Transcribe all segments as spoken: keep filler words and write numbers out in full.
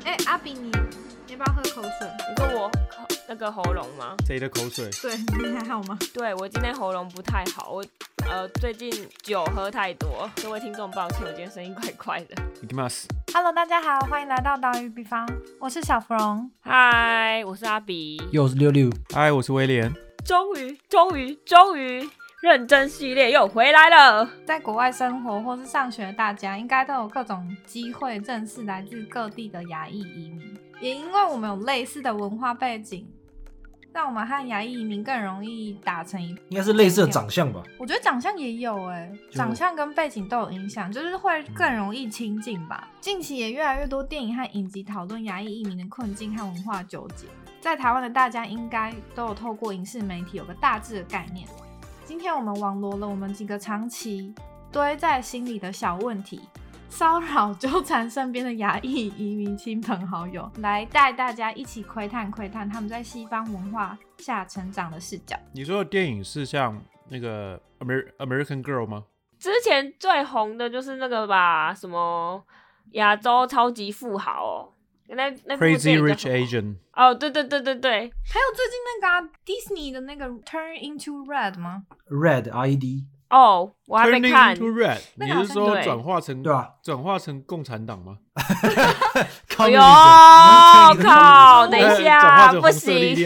哎、欸，阿比你，你要不要喝口水？ 你说我那个喉咙吗？ 谁的口水？ 对，你还好吗？ 对，我今天喉咙不太好，我呃最近酒喝太多，各位听众抱歉，我今天声音怪怪的。 いきます。 Hello， 大家好，欢迎来到岛屿比方，我是小芙蓉。 嗨，我是阿比。 又是六六。 嗨，我是威廉。 终于，终于，终于。认真系列又回来了。 在国外生活或是上学的大家，应该都有各种机会认识来自各地的亚裔移民。也因为我们有类似的文化背景，让我们和亚裔移民更容易打成一片。 应该是类似的长相吧？ 我觉得长相也有哎、欸，长相跟背景都有影响，就是会更容易亲近吧。近期也越来越多电影和影集讨论亚裔移民的困境和文化纠结。在台湾的大家应该都有透过影视媒体有个大致的概念。今天我们网罗了我们几个长期堆在心里的小问题，骚扰纠缠身边的亚裔移民亲朋好友，来带大家一起窥探窥探他们在西方文化下成长的视角。 你说的电影是像那个 Amer American Girl 吗？ 之前最红的就是那个吧，什么亚洲超级富豪哦。那那 Crazy Rich Asian 哦，对对对对对， 还有最近那个、啊、Disney 的那个 Turn into Red 吗 ？Red R E D 哦，我还没看。 Turning into Red， 你是说转化成对吧？ 转化成共产党吗？ 哎呦靠！等一下，不行，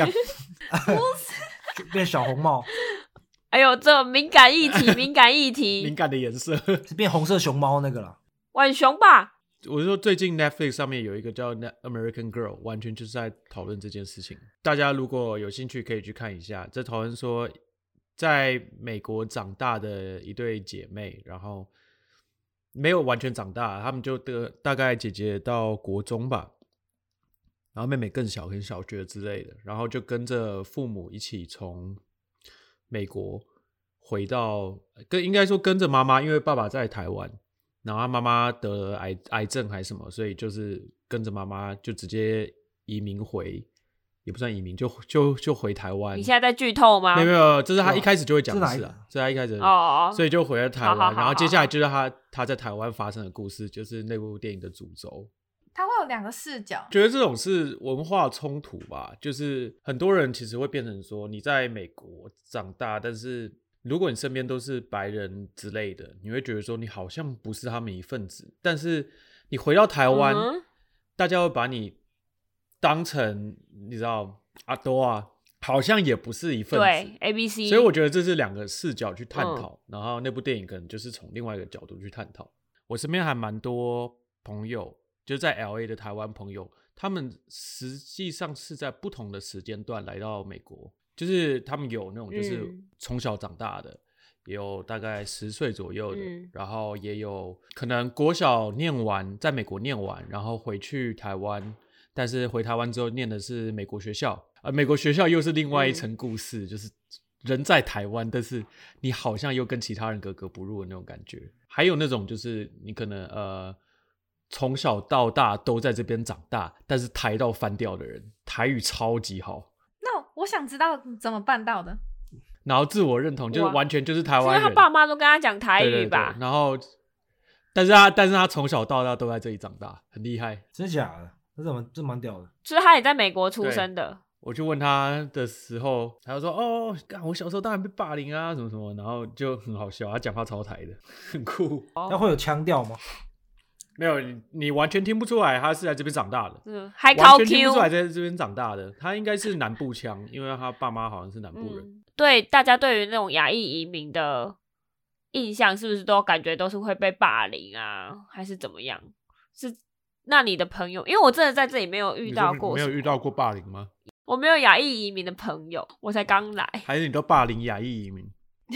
变小红帽。 哎呦，这敏感议题，敏感议题， 敏感的颜色是变红色熊猫那个啦。 浣熊吧。 我是说最近 Netflix 上面有一个叫 American Girl， 完全就是在讨论这件事情。大家如果有兴趣可以去看一下，在讨论说在美国长大的一对姐妹，然后没有完全长大，他们就的大概姐姐到国中吧，然后妹妹更小，很小学之类的，然后就跟着父母一起从美国回到，跟应该说跟着妈妈，因为爸爸在台湾。然后他妈妈得了 癌, 癌症还是什么，所以就是跟着妈妈就直接移民回，也不算移民，就就就回台湾。 你现在在剧透吗？ 没有没有，这是他一开始就会讲的事啊，这是他一开始哦， 所以就回了台湾。 好好好好， 然后接下来就是他他在台湾发生的故事，就是那部电影的主轴。 它会有两个视角， 觉得这种是文化冲突吧，就是很多人其实会变成说，你在美国长大，但是如果你身边都是白人之类的，你会觉得说你好像不是他们一份子，但是你回到台湾、嗯、大家会把你当成你知道阿多啊，好像也不是一份子， 对 A B C， 所以我觉得这是两个视角去探讨、嗯、然后那部电影可能就是从另外一个角度去探讨。我身边还蛮多朋友就是在 L A 的台湾朋友，他们实际上是在不同的时间段来到美国，就是他们有那种就是从小长大的、嗯、也有大概十岁左右的、嗯、然后也有可能国小念完在美国念完然后回去台湾，但是回台湾之后念的是美国学校、呃、美国学校又是另外一层故事、嗯、就是人在台湾但是你好像又跟其他人格格不入的那种感觉。还有那种就是你可能呃从小到大都在这边长大，但是台到翻掉的人，台语超级好。 我想知道怎么办到的， 然后自我认同就是完全就是台湾人， 因为他爸妈都跟他讲台语吧。 对对对，然后，但是他但是他从小到大都在这里长大，很厉害。 真的假的？这怎么这蛮屌的？ 所以他也在美国出生的。 我去问他的时候，他就说：“哦，干我小时候当然被霸凌啊，什么什么。”然后就很好笑，他讲话超台的，很酷。 那会有腔调吗？ 没有，你, 你完全听不出来他是在这边长大的， 嗯，还完全听不出来在这边长大的。他应该是南部腔，因为他爸妈好像是南部人。 嗯、对，大家对于那种亚裔移民的印象是不是都感觉都是会被霸凌啊，还是怎么样？是那你的朋友，因为我真的在这里没有遇到过， 没有遇到过霸凌吗？ 我没有亚裔移民的朋友，我才刚来。 还是你都霸凌亚裔移民？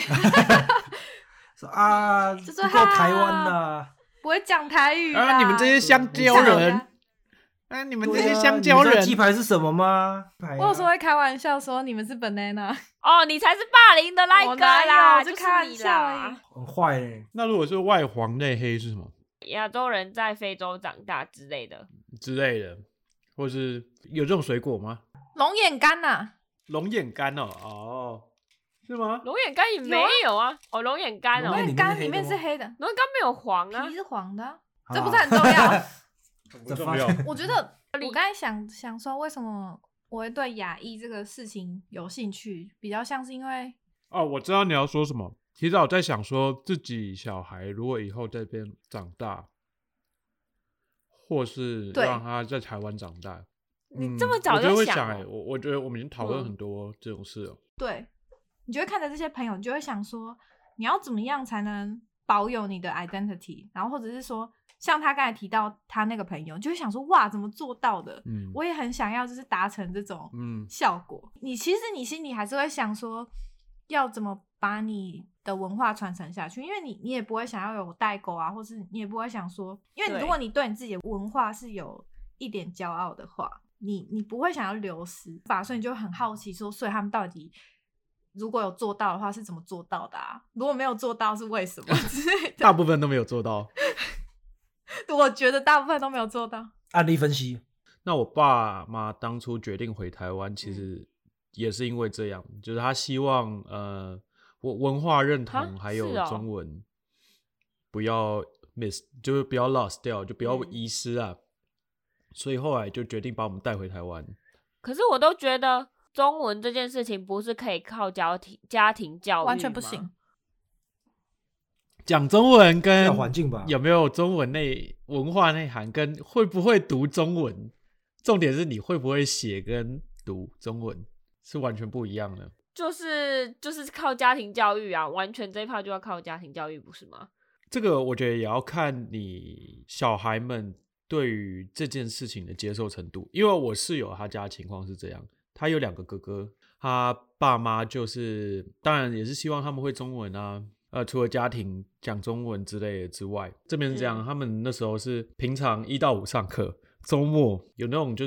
说啊，不够台湾的。 不会讲台语啊！ 你们这些香蕉人！啊，你们这些香蕉人！ 你知道鸡排是什么吗？ 我有时候会开玩笑说你们是 banana。 哦，你才是霸凌的那一个啦， 我就开玩笑而已。 很坏嘞。 那如果是外黄内黑是什么？ 亚洲人在非洲长大之类的。 之类的，或是有这种水果吗？ 龙眼干呐、啊。 龙眼干哦，哦。是吗？ 龙眼干也没有啊，哦，龙眼干哦， 龙眼干里面是黑的， 龙眼干没有黄啊， 皮是黄的、啊，这不是很重要。 不重要。 我觉得我刚才想想说，为什么我会对亚裔这个事情有兴趣，比较像是因为哦，我知道你要说什么。其实我在想说，自己小孩如果以后在这边长大，或是让他在台湾长大， 你这么早就、嗯、会想、 想、欸，我我觉得我们已经讨论很多这种事了。嗯、 对，你就会看着这些朋友，你就会想说，你要怎么样才能保有你的 identity， 然后或者是说，像他刚才提到他那个朋友，就会想说，哇，怎么做到的？嗯，我也很想要，就是达成这种效果。嗯、你其实你心里还是会想说，要怎么把你的文化传承下去，因为你你也不会想要有代沟啊，或是你也不会想说，因为如果你对你自己的文化是有一点骄傲的话，你你不会想要流失吧，所以你就很好奇说，所以他们到底如果有做到的话是怎么做到的啊？如果没有做到是为什么之类的？ 大部分都没有做到。 我觉得大部分都没有做到。 案例分析， 那我爸妈当初决定回台湾，其实也是因为这样，嗯、就是他希望呃。文化认同还有中文不要 miss，、哦、就是不要 lost 掉，就不要遗失啊、嗯。所以后来就决定把我们带回台湾。 可是我都觉得中文这件事情不是可以靠家庭家庭教育吗？ 完全不行。 讲中文跟环境吧， 有没有中文内文化内涵，跟会不会读中文，重点是你会不会写跟读中文是完全不一样的。 就是就是靠家庭教育啊，完全这一趴就要靠家庭教育，不是吗？ 这个我觉得也要看你小孩们对于这件事情的接受程度。因为我室友他家的情况是这样，他有两个哥哥，他爸妈就是当然也是希望他们会中文啊，呃，除了家庭讲中文之类的之外，这边是这样、嗯，他们那时候是平常一到五上课，周末有那种就是。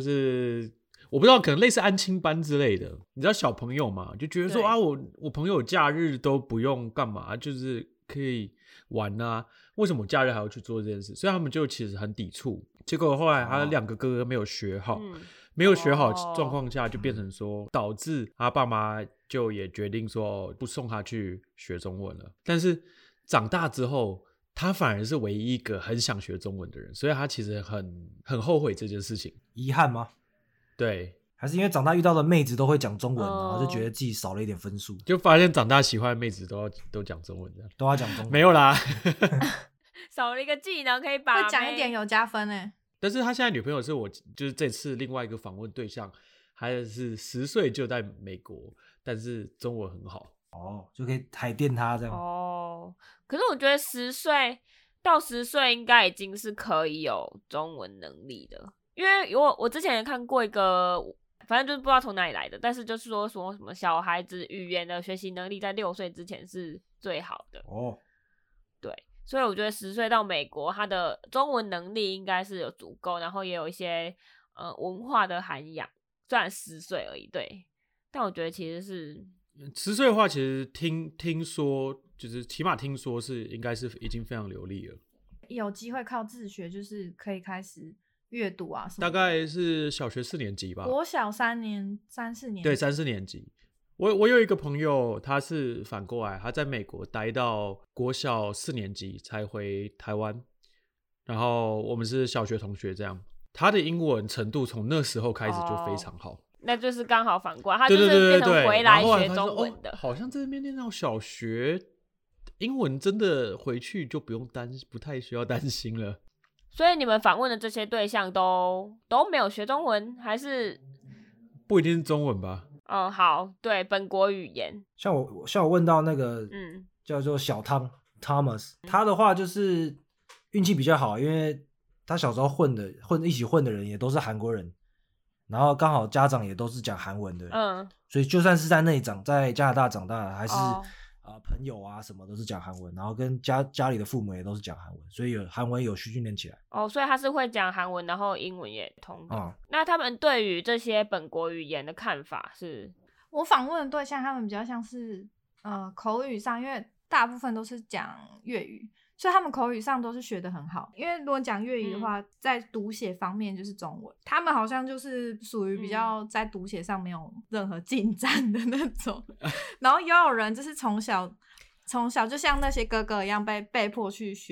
我不知道，可能类似安亲班之类的，你知道小朋友嘛，就觉得说啊，我我朋友假日都不用干嘛，就是可以玩啊，为什么我假日还要去做这件事？所以他们就其实很抵触。结果后来他两个哥哥没有学好，哦、没有学好状况下，就变成说导致他爸妈就也决定说不送他去学中文了。但是长大之后，他反而是唯一一个很想学中文的人，所以他其实很很后悔这件事情。 遗憾吗？ 对， 还是因为长大遇到的妹子都会讲中文，然后就觉得自己少了一点分数， 就发现长大喜欢的妹子都要都讲中文，这样都要讲中文， 没有啦， 少了一个技能可以把会讲一点有加分哎。 但是他现在女朋友是我，就是这次另外一个访问对象，还是十岁就在美国，但是中文很好哦，就可以海淀他这样哦。可是我觉得十岁到十岁应该已经是可以有中文能力的。因为我我之前也看过一个，反正就是不知道从哪里来的，但是就是说说什么小孩子语言的学习能力在六岁之前是最好的哦。对，所以我觉得十岁到美国，他的中文能力应该是有足够，然后也有一些呃文化的涵养。虽然十岁而已，对，但我觉得其实是十岁的话，其实听听说就是起码听说是应该是已经非常流利了， 有机会靠自学，就是可以开始。阅读啊什么， 大概是小学四年级吧， 国小三年三四年级， 对，三四年级。我我有一个朋友，他是反过来，他在美国待到国小四年级才回台湾，然后我们是小学同学这样。他的英文程度从那时候开始就非常好，哦、 那就是刚好反过来，他就是变成回来学中文的。 哦、好像在那边念到小学，英文真的回去就不用担，不太需要担心了。 所以你们访问的这些对象都都没有学中文，还是不一定是中文吧？ 嗯，好，对，本国语言。 像我像我问到那个，嗯，叫做小汤 Thomas， 他的话就是运气比较好，因为他小时候混的混一起混的人也都是韩国人，然后刚好家长也都是讲韩文的，嗯，所以就算是在那里长，在加拿大长大，还是。哦呃、朋友啊什么都是讲韩文，然后跟家家里的父母也都是讲韩文，所以有韩文有训练起来。 哦，所以他是会讲韩文，然后英文也通的。嗯，那他们对于这些本国语言的看法是？ 我访问的对象，他们比较像是呃口语上，因为大部分都是讲粤语，所以他们口语上都是学得很好。因为如果讲粤语的话，嗯、在读写方面就是中文，他们好像就是属于比较在读写上没有任何进展的那种。嗯、然后也有人就是从小从小就像那些哥哥一样被被迫去学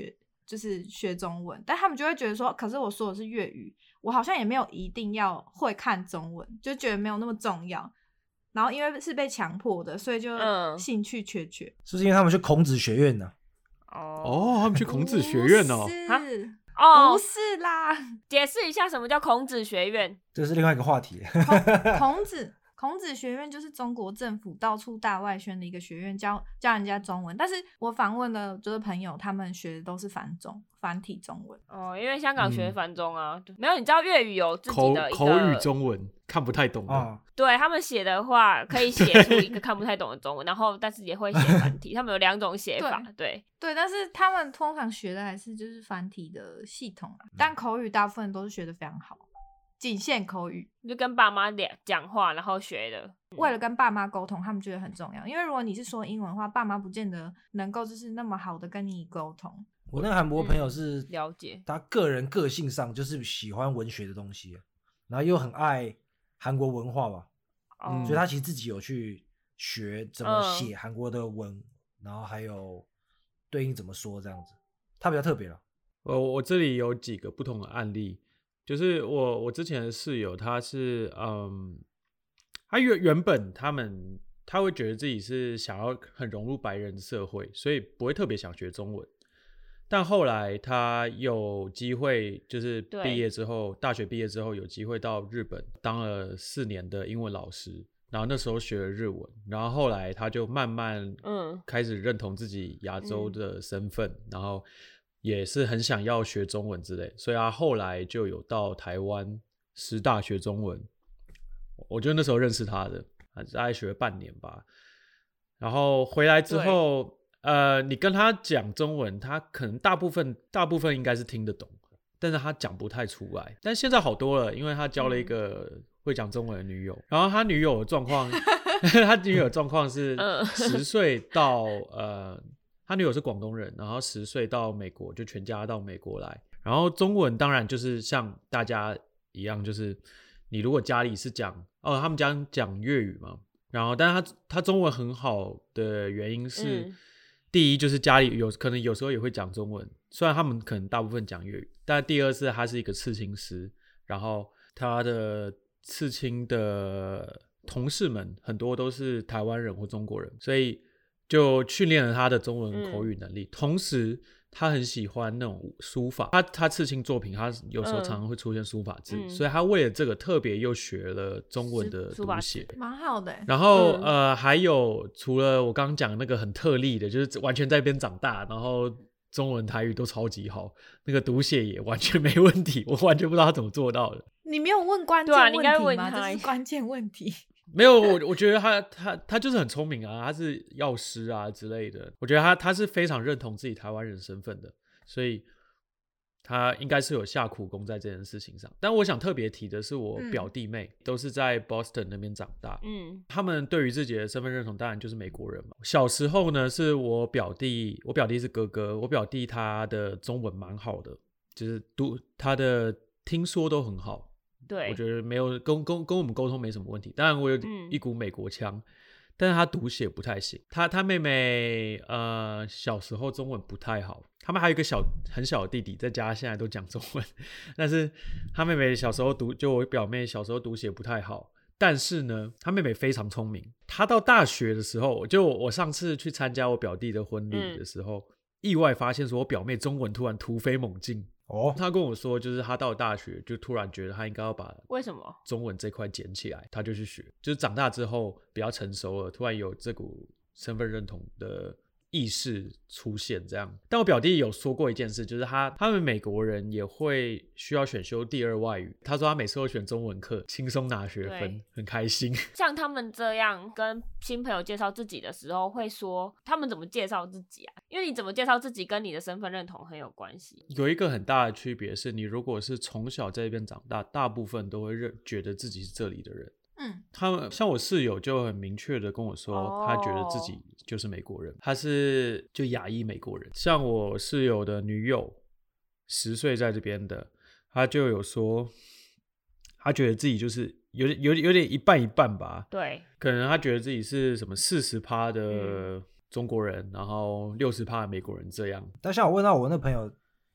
就是学中文，但他们就会觉得说，可是我说的是粤语，我好像也没有一定要会看中文，就觉得没有那么重要。然后因为是被强迫的，所以就兴趣缺缺。 嗯、是不是因为他们去孔子学院呢、 啊？ 哦，他们去孔子学院哦。 是哦， 不是啦。 解释一下什么叫孔子学院？ 这是另外一个话题。 孔, 孔子。孔子学院就是中国政府到处大外宣的一个学院，教教人家中文。但是我访问了就是朋友，他们学的都是繁中繁体中文。 哦，因为香港学繁中啊、嗯，没有，你知道粤语有自己的一个口口语中文，看不太懂的。哦、 对他们写的话，可以写出一个看不太懂的中文，然后但是也会写繁体。他们有两种写法，对对, 对，但是他们通常学的还是就是繁体的系统啊，嗯、但口语大部分都是学的非常好。仅限口语， 就跟爸妈讲话然后学的、 嗯、为了跟爸妈沟通，他们觉得很重要，因为如果你是说英文的话，爸妈不见得能够就是那么好的跟你沟通。 我那个韩国朋友是、 嗯、了解他个人个性上就是喜欢文学的东西，然后又很爱韩国文化吧、嗯、所以他其实自己有去学怎么写韩国的文、嗯、然后还有对应怎么说这样子，他比较特别了。 我我这里有几个不同的案例，就是我我之前的室友，他是嗯，他原原本他们他会觉得自己是想要很融入白人社会，所以不会特别想学中文。但后来他有机会，就是毕业之后，大学毕业之后有机会到日本当了四年的英文老师，然后那时候学了日文，然后后来他就慢慢嗯开始认同自己亚洲的身份，嗯、然后。也是很想要学中文之类，所以他后来就有到台湾师大学中文。我觉得那时候认识他的，大概学了半年吧。然后回来之后，呃，你跟他讲中文，他可能大部分大部分应该是听得懂，但是他讲不太出来。但现在好多了，因为他交了一个会讲中文的女友。嗯、然后他女友的状况，他女友的状况是十岁到呃。他女友是广东人，然后十岁到美国，就全家到美国来。然后中文当然就是像大家一样，就是你如果家里是讲哦，他们家讲粤语嘛，然后但是他他中文很好的原因是，嗯、第一就是家里有可能有时候也会讲中文，虽然他们可能大部分讲粤语，但第二是他是一个刺青师，然后他的刺青的同事们很多都是台湾人或中国人，所以。就训练了他的中文口语能力，嗯、同时他很喜欢那种书法，他他刺青作品，他有时候常常会出现书法字，嗯、所以他为了这个特别又学了中文的读写， 蛮好的。 然后、嗯、呃，还有除了我刚刚讲那个很特例的，就是完全在那边长大，然后中文台语都超级好，那个读写也完全没问题，我完全不知道他怎么做到的。 你没有问关键问题吗？ 对啊，你应该问他， 这是关键问题。 没有，我我觉得他他他就是很聪明啊，他是药师啊之类的。我觉得他他是非常认同自己台湾人身份的，所以他应该是有下苦功在这件事情上。但我想特别提的是，我表弟妹、嗯、都是在 Boston 那边长大，嗯，他们对于自己的身份认同当然就是美国人嘛。小时候呢，是我表弟，我表弟是哥哥，我表弟他的中文蛮好的，就是读他的听说都很好。 对， 我觉得没有跟跟跟我们沟通没什么问题，当然我有一股美国腔、嗯，但是他读写不太行。他他妹妹呃小时候中文不太好，他们还有一个小很小的弟弟，在家现在都讲中文，但是他妹妹小时候读，就我表妹小时候读写不太好，但是呢，他妹妹非常聪明。他到大学的时候，就我上次去参加我表弟的婚礼的时候，嗯、意外发现说我表妹中文突然突飞猛进。哦，他跟我说，就是他到大学就突然觉得他应该要把为什么中文这块捡起来，他就去学。就是长大之后比较成熟了，突然有这股身份认同的意识出现这样。但我表弟有说过一件事，就是他他们美国人也会需要选修第二外语，他说他每次都选中文课，轻松拿学分，很开心。 像他们这样跟新朋友介绍自己的时候，会说他们怎么介绍自己啊？因为你怎么介绍自己跟你的身份认同很有关系。 有一个很大的区别是，你如果是从小在这边长大，大部分都会认觉得自己是这里的人。嗯，他们像我室友就很明确的跟我说、哦，他觉得自己就是美国人，他是就亚裔美国人。像我室友的女友，十岁在这边的，他就有说，他觉得自己就是有点有有点一半一半吧。 对， 可能他觉得自己是什么四十趴的中国人，嗯、然后六十趴的美国人这样。 但像我问到我那朋友，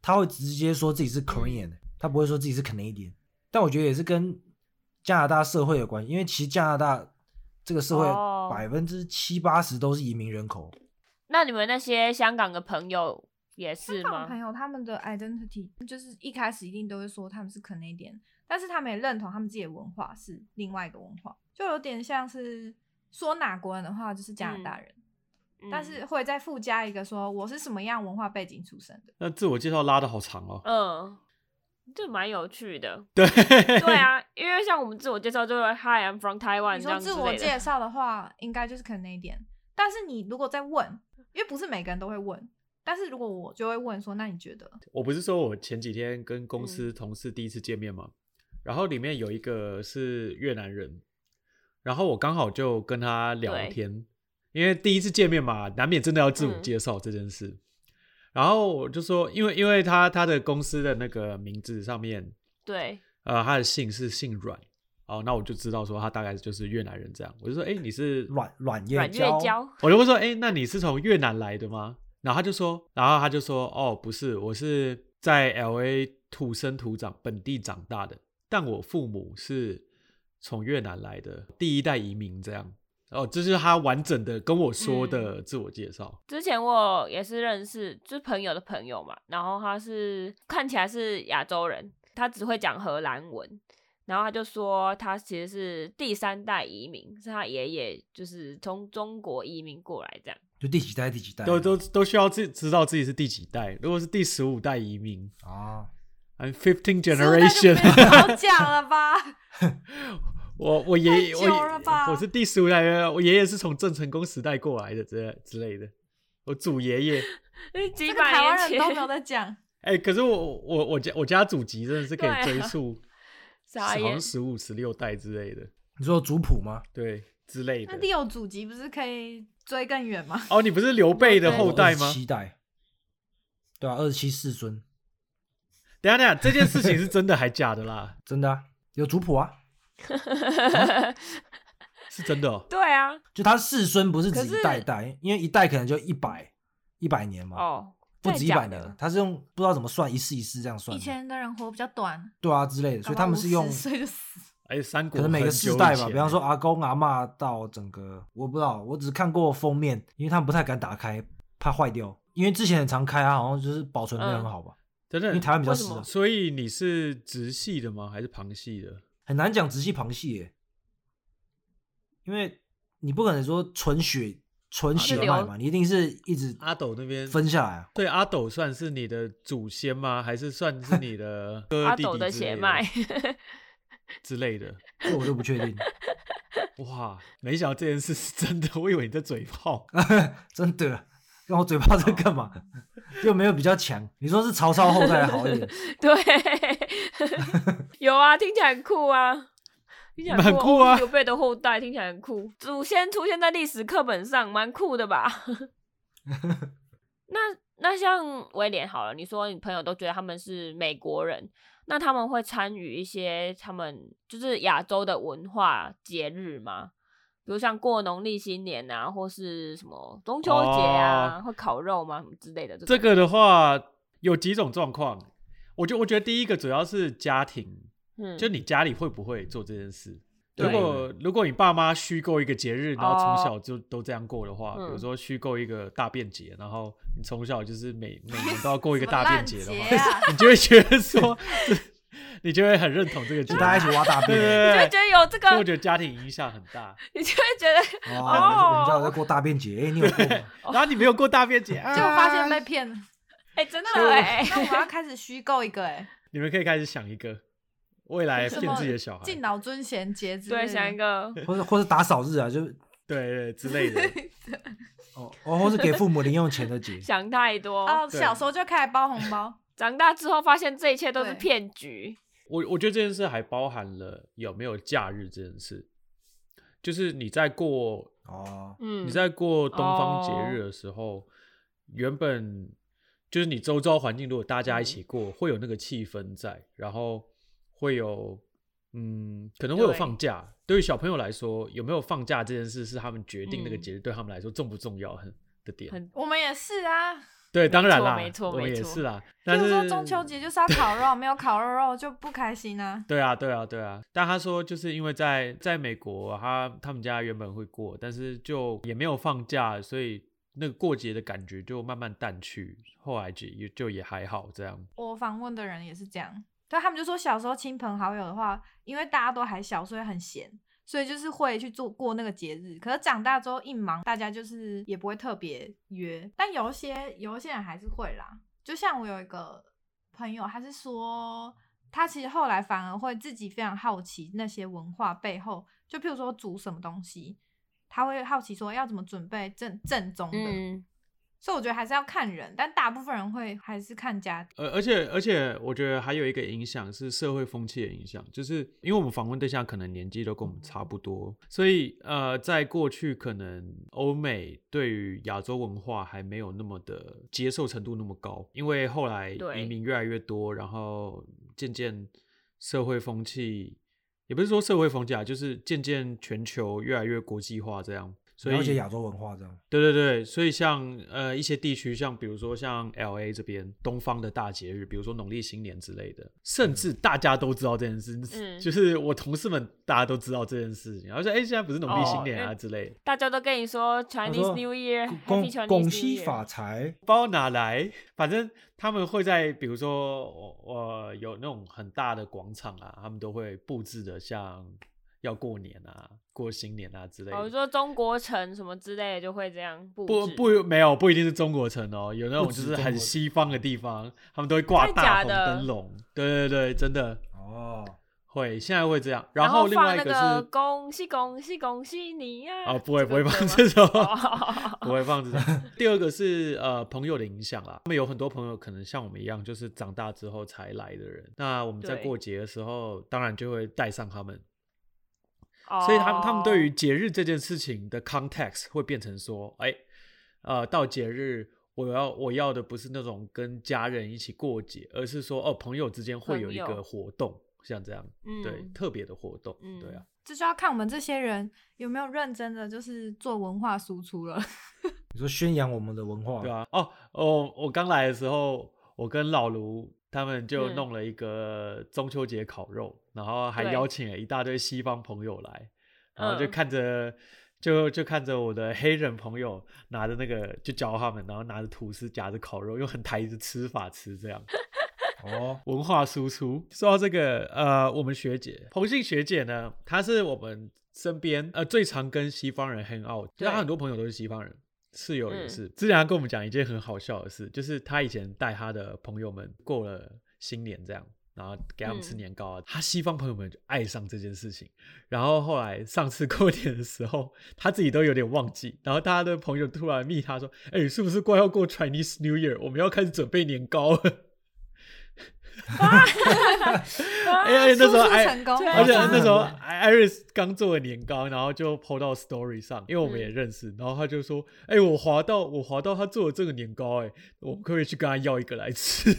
他会直接说自己是 Korean，、嗯、他不会说自己是 Canadian。但我觉得也是跟加拿大社会有关系，因为其实加拿大这个社会百分之七八十都是移民人口。 那你们那些香港的朋友也是吗？ 香港朋友他们的 identity 就是一开始一定都会说他们是 Canadian， 但是他们也认同他们自己的文化是另外一个文化，就有点像是说哪国人的话就是加拿大人，嗯、但是会再附加一个说我是什么样文化背景出身的。 那自我介绍拉得好长哦。 嗯，这蛮有趣的。 对对啊，因为像我们自我介绍就是 Hi I'm from Taiwan， 你说自我介绍的话应该就是 Canadian， 但是你如果再问，因为不是每个人都会问，但是如果我就会问说那你觉得？ 我不是说我前几天跟公司同事第一次见面嘛、嗯、然后里面有一个是越南人，然后我刚好就跟他聊天，因为第一次见面嘛，难免真的要自我介绍这件事、嗯、然后我就说因为因为他他的公司的那个名字上面， 对， 呃他的姓是姓阮，哦，那我就知道说他大概就是越南人这样。我就说哎、欸、你是阮阮月娇， 我就会说哎、欸、那你是从越南来的吗？然后他就说然后他就说哦不是，我是在 L A 土生土长本地长大的，但我父母是从越南来的第一代移民这样。哦，这就是他完整的跟我说的自我介绍、 嗯、之前我也是认识就是朋友的朋友嘛，然后他是看起来是亚洲人，他只会讲荷兰文，然后他就说他其实是第三代移民，是他爷爷就是从中国移民过来这样， 就第几代第几代都都都需要自知道自己是第几代。如果是第十五代移民啊 I'm fifteenth generation 不好讲了吧我我爷爷我我是第十五代，我爷爷是从郑成功时代过来的之之类的，我祖爷爷几百年前这个台湾人都没有在讲。 哎、欸，可是我我我家我家祖籍真的是可以追溯， 好像十五十六代之类的。 你说族谱吗？ 对，之类的。 那你有祖籍不是可以追更远吗？ 哦，你不是刘备的后代吗？ 二十七代，对啊，二十七世孙。 等一下等一下，这件事情是真的还假的啦？ 真的啊，有族谱啊。 是真的哦。 对啊， 就他世孙不是指一代一代，因为一代可能就一百一百年嘛。 哦， 不止一百年，他是用不知道怎么算一世一世这样算。 以前的人活比较短， 对啊之类的，所以他们是用五十岁就死。 哎，三国可能每个世代吧，比方说阿公阿嬷到整个，我不知道，我只看过封面，因为他们不太敢打开，怕坏掉。因为之前很常开啊，好像就是保存没有很好吧。 真的， 因为台湾比较湿。 所以你是直系的吗？还是旁系的？ 很难讲直系旁系耶，因为你不可能说纯血纯血脉嘛，你一定是一直阿斗那边分下来啊。 对，阿斗算是你的祖先吗？还是算是你的哥弟弟之类的？阿斗的血脉之类的， 这我就不确定。 哇，没想到这件事是真的，我以为你在嘴炮。 真的，跟我嘴炮在干嘛？又没有比较强。你说是曹操后代好一点？ 对，有啊，听起来很酷啊，听起来很酷啊。 刘备的后代听起来很酷，祖先出现在历史课本上，蛮酷的吧？那那像威廉好了，你说你朋友都觉得他们是美国人，那他们会参与一些他们就是亚洲的文化节日吗？比如像过农历新年啊，或是什么中秋节啊，哦、会烤肉吗？什么之类的。 这个的话有几种状况，我觉得我觉得第一个主要是家庭，嗯，就你家里会不会做这件事？如果如果你爸妈虚构一个节日，然后从小就都这样过的话，哦、比如说虚构一个大便节，然后你从小就是每每年都要过一个大便节的话， 啊、 你就会觉得说。你就会很认同这个节日， 大家一起挖大便， 对对对， 你就会觉得有这个， 所以我觉得家庭影响很大， 你就会觉得哦，哦你家有在过大便节，哎、欸，你有过吗？ 然后你没有过大便节， 结果发现被骗了， 哎、欸，真的哎、欸， 那我们要开始虚构一个哎、欸， 你们可以开始想一个未来骗自己的小孩， 敬老尊贤节之类的， 对，想一个， 或者或者打扫日啊，就对对之类的， 哦哦，或是给父母零用钱的节， 想太多哦，小时候就开始包红包， 长大之后发现这一切都是骗局。 我我觉得这件事还包含了有没有假日这件事，就是你在过哦，你在过东方节日的时候，哦、原本就是你周遭环境如果大家一起过，嗯、会有那个气氛在，然后会有嗯可能会有放假。对, 对于小朋友来说，有没有放假这件事是他们决定那个节日对他们来说重不重要的点。 我们也是啊。 对，当然啦， 没错， 我们没错， 也是啦。但是比如说中秋节就是要烤肉，没有烤肉肉就不开心啊。 对啊，对啊，对啊。但他说，就是因为在在美国，他他们家原本会过，但是就也没有放假，所以那个过节的感觉就慢慢淡去。后来就也就也还好这样。 我访问的人也是这样，对，他们就说小时候亲朋好友的话，因为大家都还小，所以很闲。所以就是会去做过那个节日，可是长大之后一忙，大家就是也不会特别约。但有一些有一些人还是会啦，就像我有一个朋友，他是说他其实后来反而会自己非常好奇那些文化背后，就譬如说煮什么东西，他会好奇说要怎么准备正正宗的。嗯，所以我觉得还是要看人，但大部分人会还是看家庭。 而而且而且，我觉得还有一个影响是社会风气的影响，就是因为我们访问对象可能年纪都跟我们差不多，所以呃，在过去可能欧美对于亚洲文化还没有那么的接受程度那么高，因为后来移民越来越多，然后渐渐社会风气，也不是说社会风气啊，就是渐渐全球越来越国际化这样。所以了解亚洲文化这样， 对对对，所以像呃一些地区，像比如说像 L A 这边东方的大节日，比如说农历新年之类的，甚至大家都知道这件事，嗯、就是我同事们大家都知道这件事情，然后说哎、欸、现在不是农历新年啊、哦、之类的， 大家都跟你说 Chinese New Year，Happy Chinese New Year， 恭喜发财， 不知道哪来，反正他们会在比如说我、呃、有那种很大的广场啊，他们都会布置的像要过年啊、过新年啊之类的。 哦，说中国城什么之类的就会这样布置。 不不，没有，不一定是中国城哦，有那种就是很西方的地方，他们都会挂大红灯笼。对对对，真的。 哦， 会，现在会这样。然后另外一个是放那个恭喜恭喜恭喜你啊！ 哦，不会、这个、不会放这种，不会放这种。第二个是呃朋友的影响啦，他们有很多朋友可能像我们一样，就是长大之后才来的人。那我们在过节的时候，当然就会带上他们。所以他们他们对于节日这件事情的 context 会变成说，哎，呃，到节日我要我要的不是那种跟家人一起过节，而是说哦，朋友之间会有一个活动，像这样，嗯、对，特别的活动，嗯、对啊。 这就要看我们这些人有没有认真的就是做文化输出了。 你说宣扬我们的文化， 对啊。哦哦，我刚来的时候，我跟老卢他们就弄了一个中秋节烤肉。嗯，然后还邀请了一大堆西方朋友来，然后就看着、嗯、就就看着我的黑人朋友拿着那个就教他们，然后拿着吐司夹着烤肉，用很台的吃法吃这样。哦，文化输出。说到这个，呃，我们学姐彭姓学姐呢，她是我们身边呃最常跟西方人 hang out，就是她很多朋友都是西方人，室友也是。嗯、之前她跟我们讲一件很好笑的事，就是她以前带她的朋友们过了新年这样。然后给他们吃年糕啊、嗯，他西方朋友们就爱上这件事情。然后后来上次过年的时候，他自己都有点忘记，然后他的朋友突然密他说：“哎、欸，是不是快要过 Chinese New Year？ 我们要开始准备年糕了。”啊！哎，那时候哎，而且那时候 Iris 刚做了年糕，然后就 po 到 story 上，因为我们也认识，嗯、然后他就说：“哎、欸，我滑到我滑到他做的这个年糕、欸，哎，我们可不可以去跟他要一个来吃？”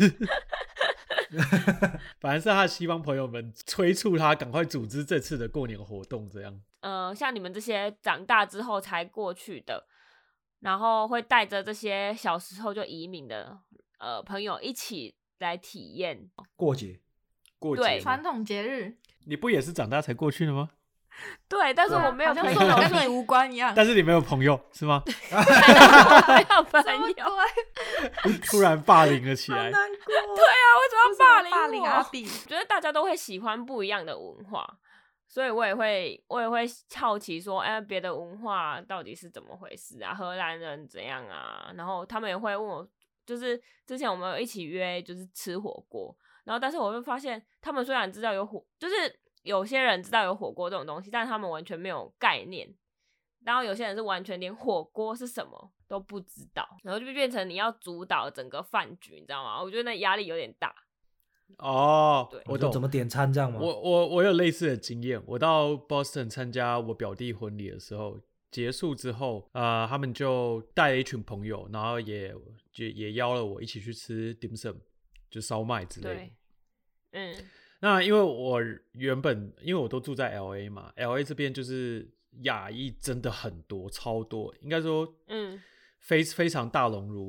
反正是他的西方朋友们催促他赶快组织这次的过年活动，这样。 呃，像你们这些长大之后才过去的，然后会带着这些小时候就移民的呃朋友一起来体验过节。 过节传统节日， 你不也是长大才过去的吗？ 对，但是我没有朋友， 好像跟你无关一样。 但是你没有朋友是吗？ 没有朋友， 突然霸凌了起来。 好难过。 对啊，为什么要霸凌我？ 霸凌阿比？ 我觉得大家都会喜欢不一样的文化，所以我也会，我也会好奇说，哎，别的文化到底是怎么回事啊？荷兰人怎样啊？然后他们也会问我，就是之前我们有一起约，就是吃火锅，然后但是我会发现，他们虽然知道有火，就是。有些人知道有火锅这种东西，但是他们完全没有概念。然后有些人是完全连火锅是什么都不知道，然后就变成你要主导整个饭局，你知道吗？我觉得那压力有点大。 哦， 对， 我懂怎么点餐这样吗？ 我我我有类似的经验。我到 Boston 参加我表弟婚礼的时候，结束之后，呃，他们就带了一群朋友，然后也就也邀了我一起去吃 dim sum， 就烧麦之类的。 对，嗯。 那因为我原本因为我都住在 L A 嘛 ，L A 这边就是亚裔真的很多，超多，应该说，嗯，非非常大熔炉啊。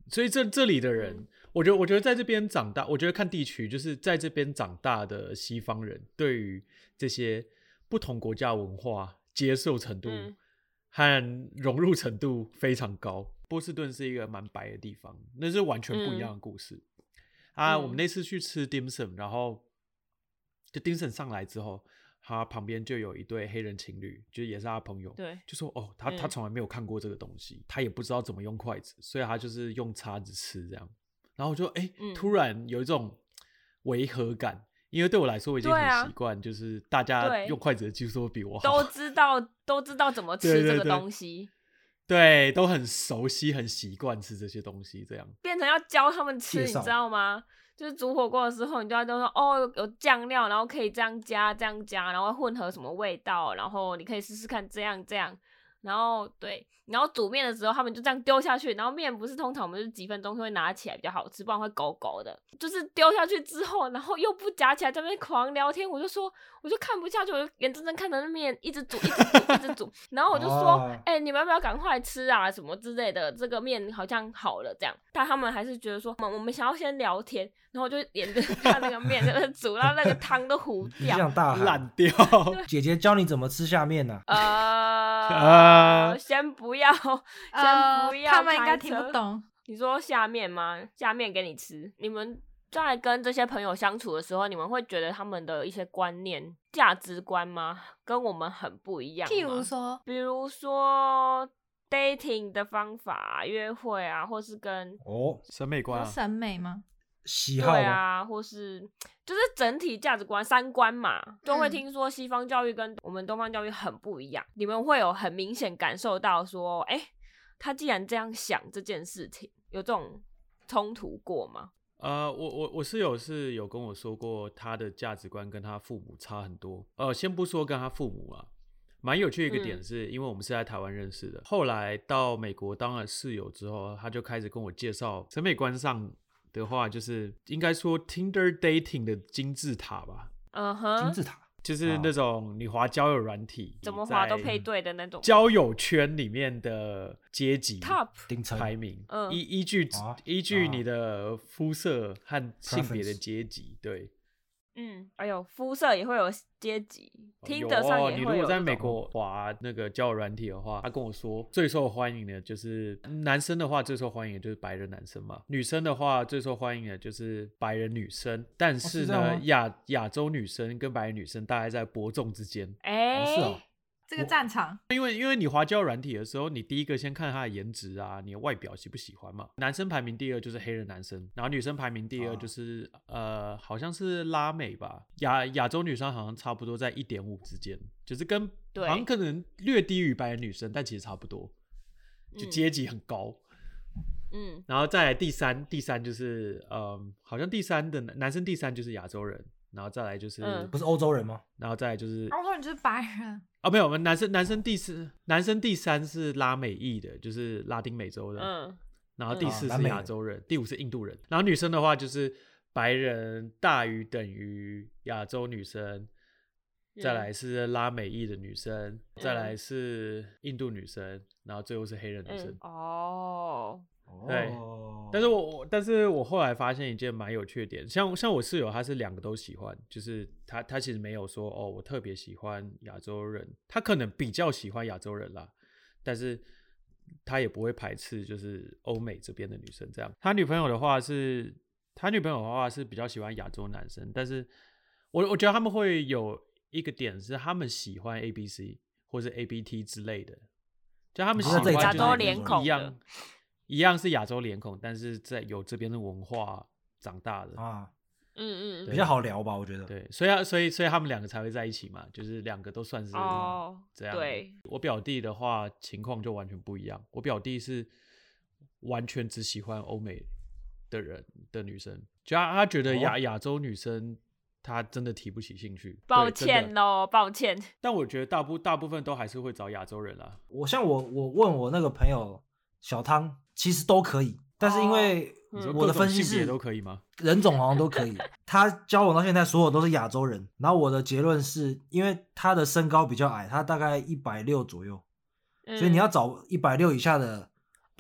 所以这这里的人，嗯、我觉得我觉得在这边长大，我觉得看地区，就是在这边长大的西方人，对于这些不同国家文化接受程度和融入程度非常高。嗯、波士顿是一个蛮白的地方，那是完全不一样的故事。嗯、啊，我们那次去吃 dim sum， 然后就 dim sum 上来之后。他旁边就有一对黑人情侣，就也是他朋友， 对， 就说哦，他、嗯、他从来没有看过这个东西，他也不知道怎么用筷子，所以他就是用叉子吃这样。然后我就哎、欸嗯，突然有一种违和感，因为对我来说我已经很习惯、啊，就是大家用筷子的技术都比我好， 都知道都知道怎么吃这个东西， 对, 对, 对，都很熟悉，很习惯吃这些东西，这样变成要教他们吃，你知道吗？就是煮火锅的时候，你就要都说哦，有酱料，然后可以这样加，这样加，然后混合什么味道，然后你可以试试看这样这样，然后对，然后煮面的时候，他们就这样丢下去，然后面不是通常我们就是几分钟就会拿起来比较好吃，不然会勾勾的。就是丢下去之后，然后又不夹起来，在那边狂聊天，我就说，我就看不下去，我就眼睁睁看着那面一直煮，一直煮，一直煮，然后我就说，哎、欸，你们要不要赶快吃啊，什么之类的，这个面好像好了这样。但他们还是觉得说，我们想要先聊天，然后我就眼睁看那个面就是煮到那个汤都糊掉， 这样大烂掉。 姐姐教你怎么吃下面呢、 啊？呃，先不要，先不要、呃， 他们应该听不懂。 你说下面吗？下面给你吃，你们。在跟这些朋友相处的时候，你们会觉得他们的一些观念、价值观吗？跟我们很不一样吗？ 譬如说， 比如说 dating 的方法、约会啊，或是跟哦审美观、啊， 审美吗？ 喜好对啊，或是就是整体价值观、三观嘛，都会听说西方教育跟我们东方教育很不一样。嗯、你们会有很明显感受到说，哎、欸，他既然这样想这件事情，有这种冲突过吗？ 呃，我我我室友是有跟我说过，他的价值观跟他父母差很多。呃，先不说跟他父母啊，蛮有趣的一个点是，嗯、因为我们是在台湾认识的，后来到美国当了室友之后，他就开始跟我介绍审美观上的话，就是应该说 Tinder dating 的金字塔吧。 嗯哼， 金字塔就是那种你滑交友软体， 怎么滑都配对的那种交友圈里面的阶级 top 排名， 嗯、 依依据、啊、依据你的肤色和性别的阶级，对。 嗯，哎呦，肤色也会有阶级，听得上也会有。 你如果在美国滑那个交友软体的话，他跟我说最受欢迎的就是男生的话，最受欢迎的就是白人男生嘛；女生的话，最受欢迎的就是白人女生。但是呢，亚、哦、亚洲女生跟白人女生大概在伯仲之间。 哎、欸， 是哦。 这个战场， 因为因为你滑交友软体的时候，你第一个先看他的颜值啊，你的外表喜不喜欢嘛。男生排名第二就是黑人男生，然后女生排名第二就是、啊、呃，好像是拉美吧，亚亚洲女生好像差不多在 一点五 之间，就是跟好像可能略低于白人女生，但其实差不多，就阶级很高。嗯，然后再来第三，第三就是呃，好像第三的男生第三就是亚洲人。然后再来就是、 嗯、不是欧洲人吗？ 然后再来就是欧洲人就是白人啊，没有，我们男生男生第四，男生第三是拉美裔的，就是拉丁美洲的，嗯，然后第四是亚洲人，嗯、第五是印度人，然后女生的话就是白人大于等于亚洲女生，再来是拉美裔的女生，嗯、再来是印度女生，然后最后是黑人女生。 嗯、哦。 对，但是我但是我后来发现一件蛮有趣的点，像像我室友他是两个都喜欢，就是他他其实没有说哦我特别喜欢亚洲人，他可能比较喜欢亚洲人啦，但是他也不会排斥就是欧美这边的女生这样。他女朋友的话是，他女朋友的话是比较喜欢亚洲男生，但是我我觉得他们会有一个点是他们喜欢 A B C 或是 A B T 之类的，就他们喜欢就是亚洲脸孔一样。一样是亚洲脸孔，但是在有这边的文化长大的啊， 嗯嗯， 比较好聊吧，我觉得。 对，所以所以所以他们两个才会在一起嘛，就是两个都算是这样。 哦、对， 我表弟的话情况就完全不一样，我表弟是完全只喜欢欧美的人的女生，就他他觉得亚亚、哦、洲女生他真的提不起兴趣。 抱歉咯，抱歉。 但我觉得大部大部分都还是会找亚洲人啦。 我像我我问我那个朋友小汤。其实都可以，但是因为我的分析是都可以吗？ 人种好像都可以。他交往到现在所有都是亚洲人，然后我的结论是因为他的身高比较矮，他大概一百六左右、嗯，所以你要找一百六以下的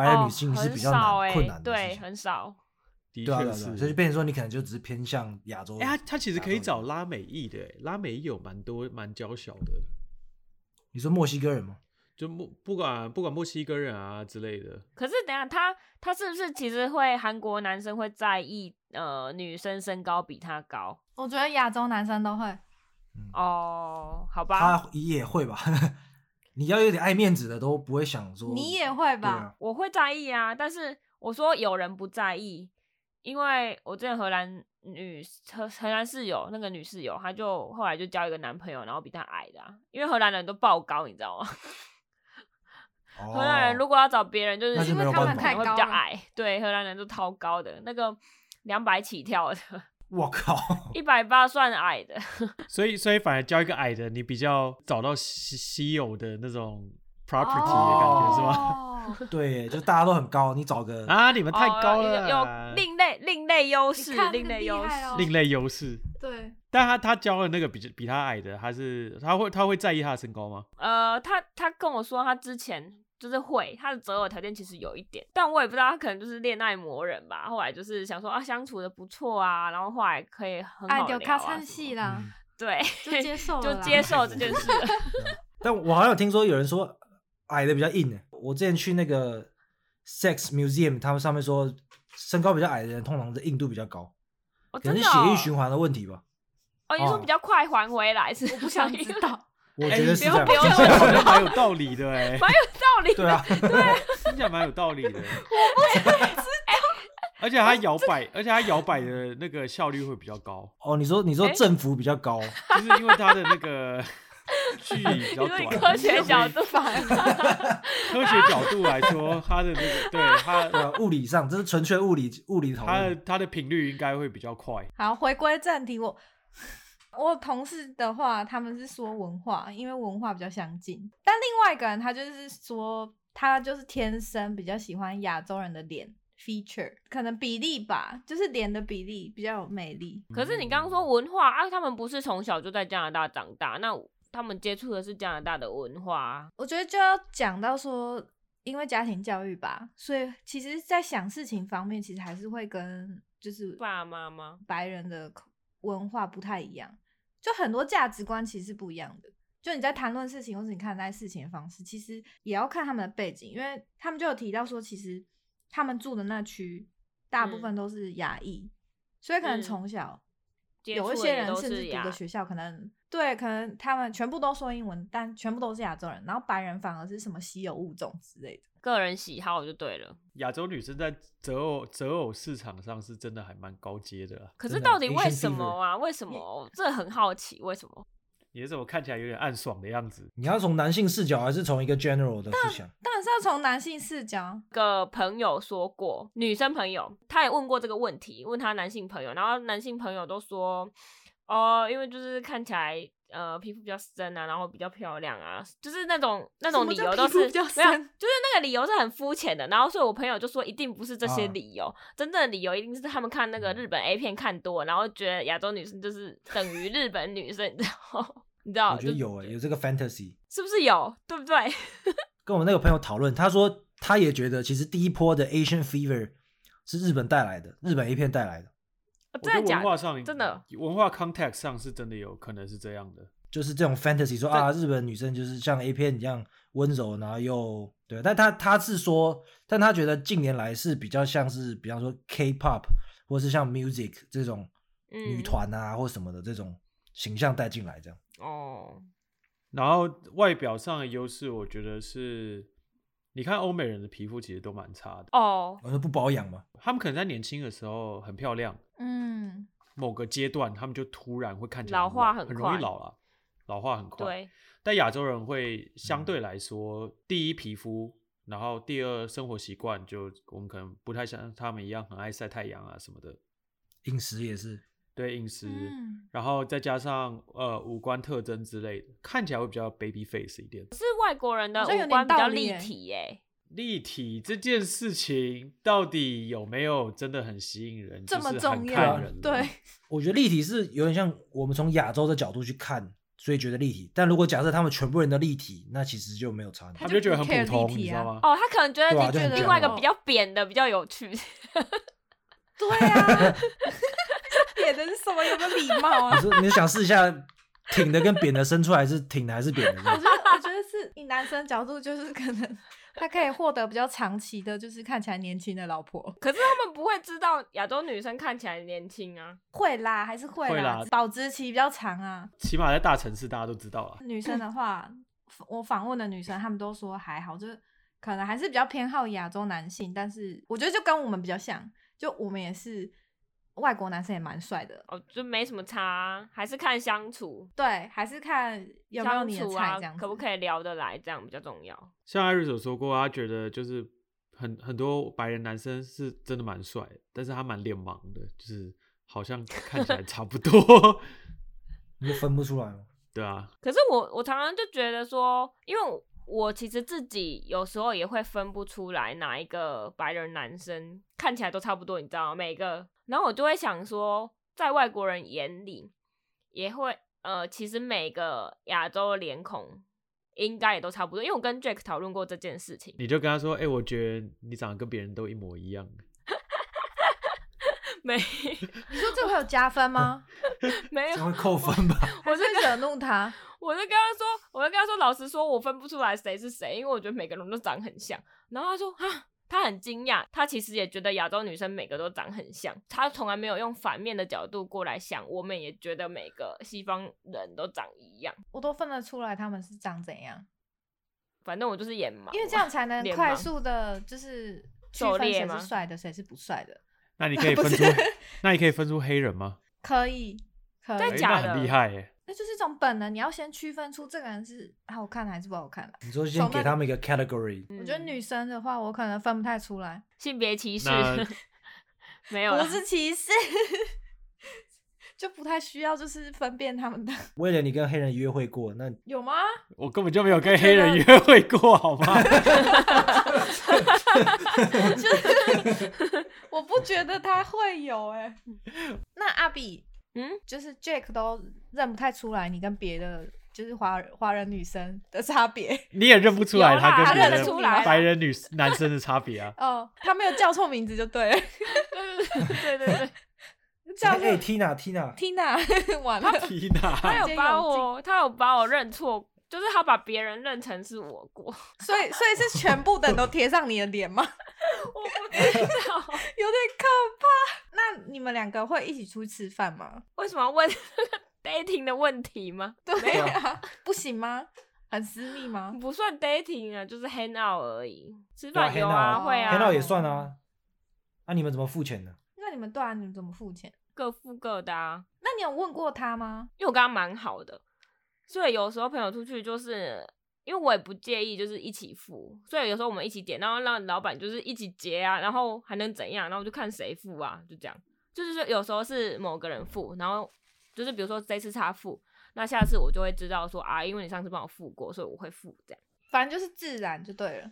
白人女性是比较难、 哦欸、 困难的事情， 对，很少。 的对啊，对啊， 确是， 所以就变成说你可能就只是偏向亚洲。 哎、欸，他他其实可以找拉美裔的，拉美裔有蛮多蛮娇小的。 你说墨西哥人吗？ 就不管不管墨西哥人啊之类的。 可是等一下他他是不是其实会韩国男生会在意呃女生身高比他高？ 我觉得亚洲男生都会。 嗯、 哦，好吧， 他也会吧。你要有点爱面子的都不会想说。 你也会吧？ 啊、 我会在意啊，但是我说有人不在意。因为我之前荷兰女荷荷兰室友那个女室友，她就后来就交一个男朋友，然后比她矮的、啊，因为荷兰人都爆高，你知道吗？哦、荷兰人如果要找别人，就是因为他们太会比较矮，对，荷兰人都超高的，那个两百起跳的， 我靠， 一百八算矮的， 所以所以反而交一个矮的，你比较找到稀稀有的那种 property 的感觉、哦、是吗？ 对，就大家都很高，你找个啊，你们太高了， 哦、有, 有另类另类优势，另类优势， 另类优势。 对， 但他他教的那个比比他矮的，他是他会他会在意他的身高吗？ 呃，他他跟我说他之前就是会，他的择偶条件其实有一点，但我也不知道他可能就是恋爱魔人吧。后来就是想说啊，相处的不错啊，然后后来可以很好聊啊， 卡餐戏啦、 嗯，对， 就接受了， 就接受这件事了。 但我好像有听说有人说矮的比较硬的，我之前去那个 Sex Museum， 他们上面说身高比较矮的人通常的硬度比较高， 哦、 可能是血液循环的问题吧。 哦，你说比较快还回来是？ 我不想知道。 我觉得是这样， 不用听起来蛮有道理的哎、欸， 蛮有道理的， 对啊， 对， 听起来蛮有道理的。 我不知道， 而且它摇摆，而且它摇摆的那个效率会比较高。 哦，你说你说振幅比较高， 就是因为它的那个距离比较短。 科学角度， 科学角度来说，它的那个对它对、啊、物理上这是纯粹物理物理讨论， 它的它的频率应该会比较快。 好，回归正题，我。我同事的话，他们是说文化，因为文化比较相近。但另外一个人，他就是说，他就是天生比较喜欢亚洲人的脸 feature， 可能比例吧，就是脸的比例比较有魅力。 可是你刚刚说文化啊，他们不是从小就在加拿大长大，那他们接触的是加拿大的文化啊。 我觉得就要讲到说，因为家庭教育吧，所以其实在想事情方面，其实还是会跟就是爸妈吗？ 白人的文化不太一样。就很多价值观其实是不一样的，就你在谈论事情或是你看待事情的方式，其实也要看他们的背景，因为他们就有提到说，其实他们住的那区大部分都是亚裔、嗯，所以可能从小、嗯、有一些人甚至读的学校可能对，可能他们全部都说英文，但全部都是亚洲人，然后白人反而是什么稀有物种之类的。 个人喜好就对了。 亚洲女生在择偶择偶市场上是真的还蛮高阶的、啊， 可是到底为什么啊？为什么？这很好奇，为什么？ 你怎么看起来有点暗爽的样子？ 你要从男性视角还是从一个 general 的思想？ 当然是要从男性视角。 个朋友说过，女生朋友他也问过这个问题，问他男性朋友，然后男性朋友都说，哦，因为就是看起来。呃，皮肤比较深啊，然后比较漂亮啊，就是那种那种理由都是没有，就是那个理由是很肤浅的。然后，所以我朋友就说，一定不是这些理由，啊、真正的理由一定是他们看那个日本 A 片看多，然后觉得亚洲女生就是等于日本女生，你知道？你知道？ 我觉得有诶、欸，有这个 fantasy， 是不是有？对不对？ 跟我那个朋友讨论，他说他也觉得，其实第一波的 Asian fever 是日本带来的，日本 A 片带来的。 我觉得文化上真的文化 context 上是真的有可能是这样的， 就是这种 fantasy 说啊，日本女生就是像 A 片一样温柔，然后又对，但他他是说，但他觉得近年来是比较像是，比方说 K-pop 或是像 music 这种女团啊、嗯、或什么的这种形象带进来这样。 哦， 然后外表上的优势，我觉得是。你看欧美人的皮肤其实都蛮差的哦， 我说不保养嘛， 他们可能在年轻的时候很漂亮， 嗯， 某个阶段他们就突然会看起来老化很快，很容易老了，老化很快。 对， 但亚洲人会相对来说，嗯、第一皮肤，然后第二生活习惯，就我们可能不太像他们一样很爱晒太阳啊什么的， 饮食也是。 对饮食、 嗯， 然后再加上呃五官特征之类的，看起来会比较 baby face 一点。 是外国人的五官比较立体耶、欸。 立体这件事情到底有没有真的很吸引人？ 这么重要？ 就是、很看人对， 我觉得立体是有点像我们从亚洲的角度去看， 所以觉得立体。但如果假设他们全部人的立体，那其实就没有差。 他们就觉得很普通， 啊、 你知道吗？ 哦，他可能觉得你觉得另外一个比较扁的比较有趣。 对啊，扁的是什么？有没有礼貌啊？ 你说你想试一下挺的跟扁的生出来是挺的还是扁的？ 我觉得我觉得是以男生角度，就是可能他可以获得比较长期的，就是看起来年轻的老婆。 可是他们不会知道亚洲女生看起来年轻啊。 会啦，还是会啦， 会啦保质期比较长啊。 起码在大城市大家都知道啦。 女生的话，我访问的女生，她们都说还好，就是可能还是比较偏好亚洲男性，但是我觉得就跟我们比较像，就我们也是外国男生也蛮帅的哦，就没什么差、啊，还是看相处， 对，还是看有没有你的菜这样子、 啊、可不可以聊得来，这样比较重要。 像艾瑞有说过，他觉得就是很很多白人男生是真的蛮帅，但是他蛮脸盲的，就是好像看起来差不多， 你就分不出来吗？ 对啊。 可是我我常常就觉得说，因为我。我其实自己有时候也会分不出来哪一个白人男生看起来都差不多，你知道吗？每个，然后我就会想说，在外国人眼里也会呃，其实每个亚洲的脸孔应该也都差不多，因为我跟 Jack 讨论过这件事情。 你就跟他说，哎、欸，我觉得你长得跟别人都一模一样。 没， 你说这会有加分吗？ 没有， 这会扣分吧？ 我是惹怒他。 我就跟他说，我就跟他说，老实说，我分不出来谁是谁，因为我觉得每个人都长很像。然后他说，啊，他很惊讶，他其实也觉得亚洲女生每个都长很像，他从来没有用反面的角度过来想，我们也觉得每个西方人都长一样， 我都分得出来他们是长怎样。 反正我就是眼盲， 因为这样才能快速的，就是区分谁是帅的，谁是不帅的。 那你可以分出，那你可以分出黑人吗？ 可以，可以， 真的假的？ 那很厉害耶。 那就是一种本能，你要先区分出这个人是好看还是不好看的。 你说先给他们一个 category。 我觉得女生的话，我可能分不太出来。 性别歧视没有， 不是歧视，就不太需要就是分辨他们的。 为了你跟黑人约会过，那有吗？ 我根本就没有跟黑人约会过，好吗？ 就是我不觉得他会有哎、欸。那阿比。嗯，就是 Jack 都认不太出来你跟别的就是华华人女生的差别， 你也认不出来他跟别的白人女男生的差别啊。 哦，他没有叫错名字就对了。 对对对， 叫哎、欸、Tina Tina Tina 完了 Tina， 他有把我他有把我认错，就是他把别人认成是我过， 所以所以是全部的人都贴上你的脸吗？ 我不知道，有点可怕。那你们两个会一起出去吃饭吗？ 为什么要问这个 dating 的问题吗？ 对啊，不行吗？很私密吗？ 不算 dating 啊，就是 hang out 而已。吃饭有啊，会啊 ，hang out 也算啊。那、啊、你们怎么付钱呢？ 那你们对啊，你们怎么付钱？ 各付各的啊。 那你有问过他吗？ 因为我跟他蛮好的，所以有时候朋友出去就是。因为我也不介意，就是一起付，所以有时候我们一起点，然后让老板就是一起结啊，然后还能怎样？然后就看谁付啊，就这样。就是说有时候是某个人付，然后就是比如说这次他付，那下次我就会知道说啊，因为你上次帮我付过，所以我会付这样。 反正就是自然就对了。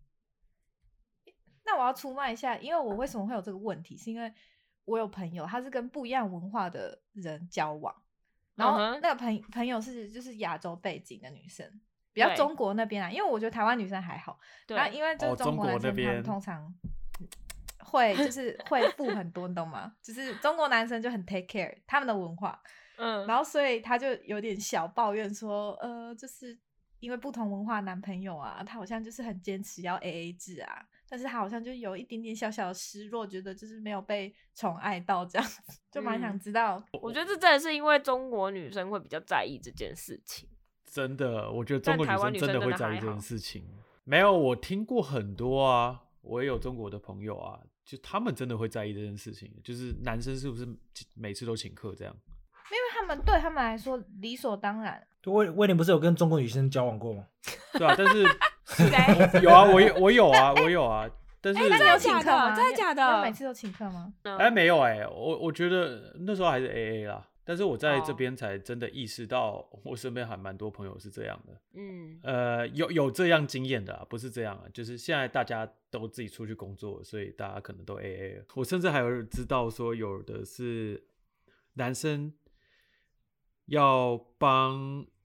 那我要出卖一下，因为我为什么会有这个问题，是因为我有朋友，他是跟不一样文化的人交往，然后那个朋朋友是就是亚洲背景的女生。比较中国那边啊，因为我觉得台湾女生还好，那因为就是中国男生他们通常会就是会付很多，你懂吗？就是中国男生就很 take care 他们的文化，嗯，然后所以他就有点小抱怨说，呃，就是因为不同文化男朋友啊，他好像就是很坚持要 A A 制啊，但是他好像就有一点点小小的失落，觉得就是没有被宠爱到这样子，就蛮想知道、 嗯。我觉得这真的是因为中国女生会比较在意这件事情。 真的，我觉得中国女生真的会在意这件事情。没有，我听过很多啊，我也有中国的朋友啊，就他们真的会在意这件事情，就是男生是不是每次都请客这样？ 因为他们对他们来说理所当然。 威威廉不是有跟中国女生交往过吗？ 对啊，但是有啊，我我有啊，我有啊。但是、 欸、那你有请客吗？ 真的假的？ 你每次都请客吗？ 哎、欸，没有哎、欸，我我觉得那时候还是 A A 啦。但是我在这边才真的意识到，我身边还蛮多朋友是这样的，嗯，呃，有有这样经验的啊，不是这样啊，就是现在大家都自己出去工作，所以大家可能都 A A 了。我甚至还有知道说，有的是男生要帮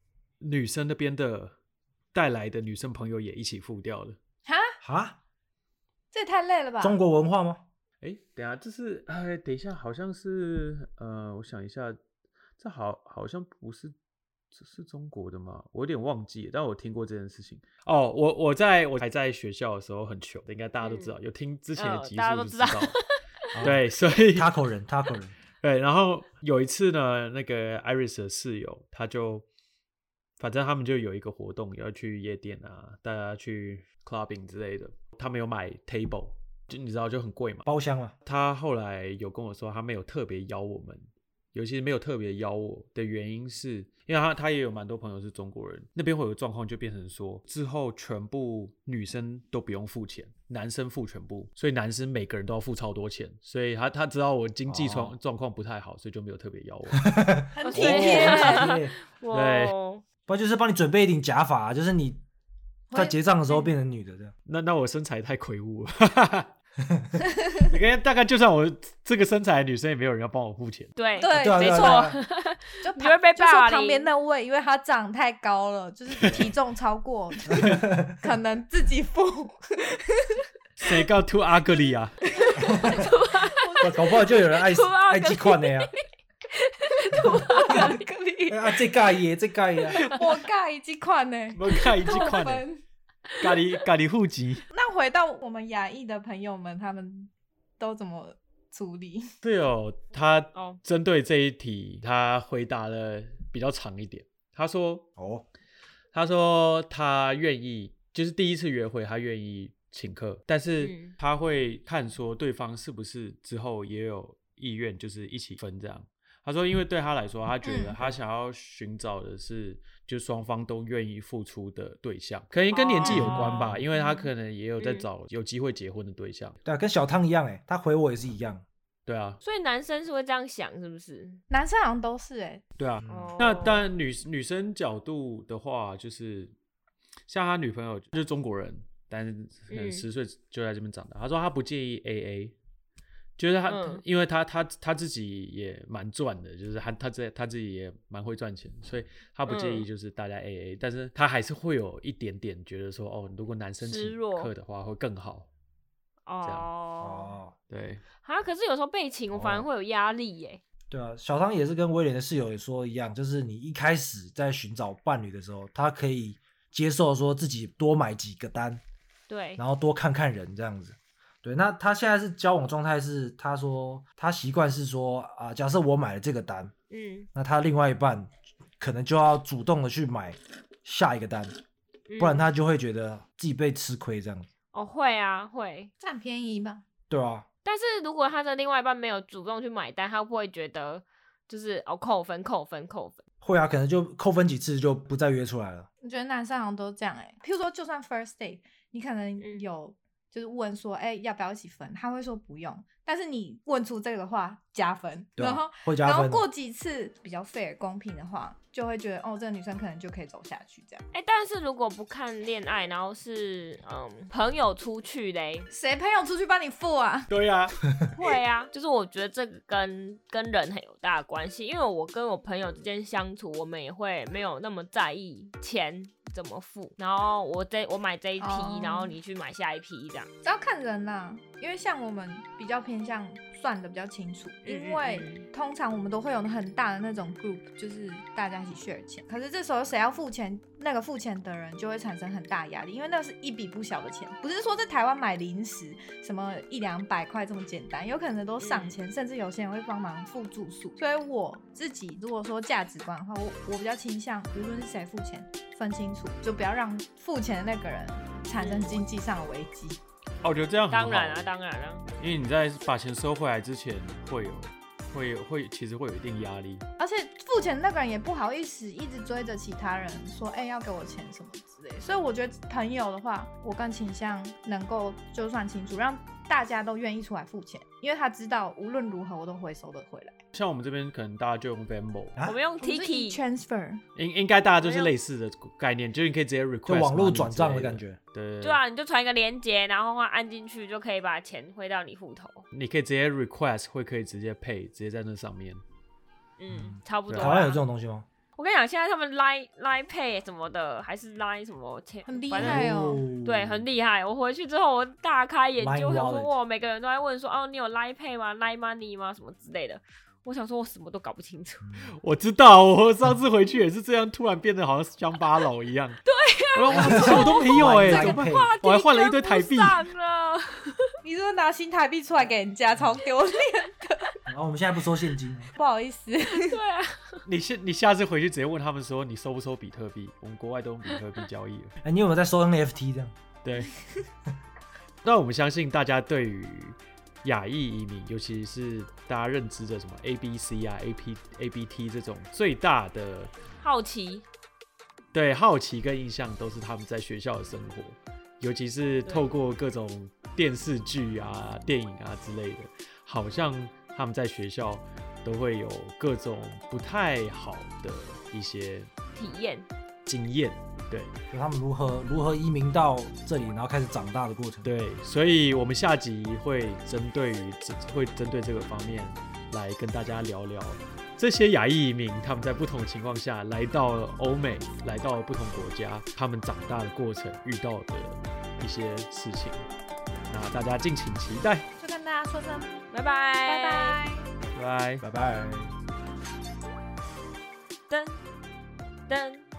女生那边的带来的女生朋友也一起付掉了。 哈哈， 这也太累了吧？ 中国文化吗？ 哎，等一下，这是哎，等一下，好像是呃，我想一下，这好好像不是。这是中国的吗？我有点忘记了，但我听过这件事情。哦，我我在我还在学校的时候很穷，应该大家都知道，嗯、有听之前的集数就知道。哦、对，所以他口人，他口人。 对，然后有一次呢，那个 Iris 的室友，他就反正他们就有一个活动，要去夜店啊，大家去 clubbing 之类的，他们有买 table， 就你知道就很贵嘛， 包厢嘛。 他后来有跟我说，他没有特别邀我们。尤其是没有特别邀我的原因是，因为他他也有蛮多朋友是中国人，那边会有个状况就变成说，之后全部女生都不用付钱，男生付全部，所以男生每个人都要付超多钱，所以他他知道我经济状状况不太好，所以就没有特别邀我。 很体贴， 对， 不然就是帮你准备一顶假发、啊，就是你在结账的时候变成女的这样。 那那我身材太魁梧了。你看，大概就算我这个身材的女生，也没有人要帮我付钱。 对对， 没错， 就你会被霸凌。 旁边那位，因为他长太高了，就是体重超过，可能自己付。 谁告 too ugly 啊？ 搞不好就有人爱爱这款的呀。 too ugly 啊，这介意，这介意啊！ 我介意这款呢， 我介意这款的。咖喱咖喱户籍。 那回到我们亚裔的朋友们，他们都怎么处理？ 对哦，他针对这一题，他回答的比较长一点。他说：“哦，他说他愿意，就是第一次约会，他愿意请客，但是他会看说对方是不是之后也有意愿，就是一起分这样。”他说，因为对他来说，他觉得他想要寻找的是，就双方都愿意付出的对象，可能跟年纪有关吧，哦、因为他可能也有在找有机会结婚的对象。 对啊，跟小汤一样哎，他回我也是一样。 对啊， 所以男生是会这样想，是不是？ 男生好像都是哎。 对啊，嗯、那当然女女生角度的话，就是像他女朋友就是中国人，但是可能十岁就在这边长大。嗯、他说他不介意 A A。就是他，嗯、因为他他他自己也蛮赚的，就是他他自他自己也蛮会赚钱，所以他不介意就是大家 A A，、嗯、但是他还是会有一点点觉得说，哦，如果男生请客的话会更好。 哦， 这样哦，对啊，可是有时候被请，我反而会有压力耶。 对啊，小汤也是跟威廉的室友也说一样，就是你一开始在寻找伴侣的时候，他可以接受说自己多买几个单， 对， 然后多看看人这样子。对，那他现在是交往状态是，他说他习惯是说啊，假设我买了这个单，嗯，那他另外一半可能就要主动的去买下一个单，嗯、不然他就会觉得自己被吃亏这样子。 哦，会啊，会占便宜吧？ 对啊。 但是如果他的另外一半没有主动去买单，他会不会觉得就是哦扣分扣分扣分？ 会啊，可能就扣分几次就不再约出来了。 我觉得男生好像都这样哎、欸，譬如说就算 first date， 你可能有。嗯就是问说，哎、欸，要不要一起分？他会说不用，但是你问出这个的话加分， 啊、 然后会加分， 然后过几次比较 fair 公平的话，就会觉得哦，这个女生可能就可以走下去这样。 哎、欸，但是如果不看恋爱，然后是嗯朋友出去嘞， 谁朋友出去帮你付啊？ 对啊， 会啊，就是我觉得这个跟跟人很有大的关系，因为我跟我朋友之间相处，我们也会没有那么在意钱怎么付，然后我这我买这一批， oh. 然后你去买下一批这样。 只要看人啦、啊，因为像我们比较偏向算的比较清楚，因为通常我们都会有很大的那种 group， 就是大家一起 share 钱。可是这时候谁要付钱，那个付钱的人就会产生很大压力，因为那是一笔不小的钱，不是说在台湾买零食什么一两百块这么简单，有可能都上千，嗯、甚至有些人会帮忙付住宿。所以我自己如果说价值观的话，我我比较倾向，无论是谁付钱，分清楚，就不要让付钱的那个人产生经济上的危机。 哦，我觉得这样很好。 当然啊，当然啊， 因为你在把钱收回来之前，会有会会其实会有一定压力， 而且付钱那个人也不好意思一直追着其他人说，哎、欸，要给我钱什么之类的。所以我觉得朋友的话，我更倾向能够就算清楚，让大家都愿意出来付钱，因为他知道无论如何我都会收得回来。 像我们这边可能大家就用 Venmo，、 啊、我们用 Tiki transfer， 应应该大家就是类似的概念，就是你可以直接 request 就网络转账的感觉。 对对啊，你就传一个连结，然后按进去就可以把钱汇到你户头。 你可以直接 request， 会可以直接 pay， 直接在那上面。 嗯，差不多、啊。 台湾有这种东西吗？ 我跟你讲，现在他们 Line Line Pay 什么的，还是 Line 什么钱， 很厉害哦。 对，很厉害。我回去之后，我大开眼界，我想说，哇，每个人都在问说，哦，你有 Line Pay 吗 ？Line Money 吗？什么之类的。我想说，我什么都搞不清楚。 我知道，我上次回去也是这样，突然变得好像乡巴佬一样。 对呀、啊，这些我都没有哎、欸，怎么办？我还换了一堆台币。 你是不是拿新台币出来给人家，超丢脸的。 然后我们现在不收现金， 不好意思。 对啊， 你下你下次回去直接问他们说，你收不收比特币？我们国外都用比特币交易了。 哎、欸，你有没有在收 N F T 这样？ 对。那我们相信大家对于亚裔移民，尤其是大家认知的什么 A B C 啊、A P A B T 这种最大的好奇， 对好奇跟印象，都是他们在学校的生活，尤其是透过各种电视剧啊、电影啊之类的，好像他们在学校都会有各种不太好的一些体验、 经验。对， 就他们如何如何移民到这里，然后开始长大的过程。 对，所以我们下集会针对于会针对这个方面来跟大家聊聊这些亚裔移民他们在不同的情况下来到了欧美，来到了不同国家，他们长大的过程遇到的一些事情。那大家敬请期待。 就跟大家说声拜拜， 拜拜， 拜拜， 拜拜。 噔噔。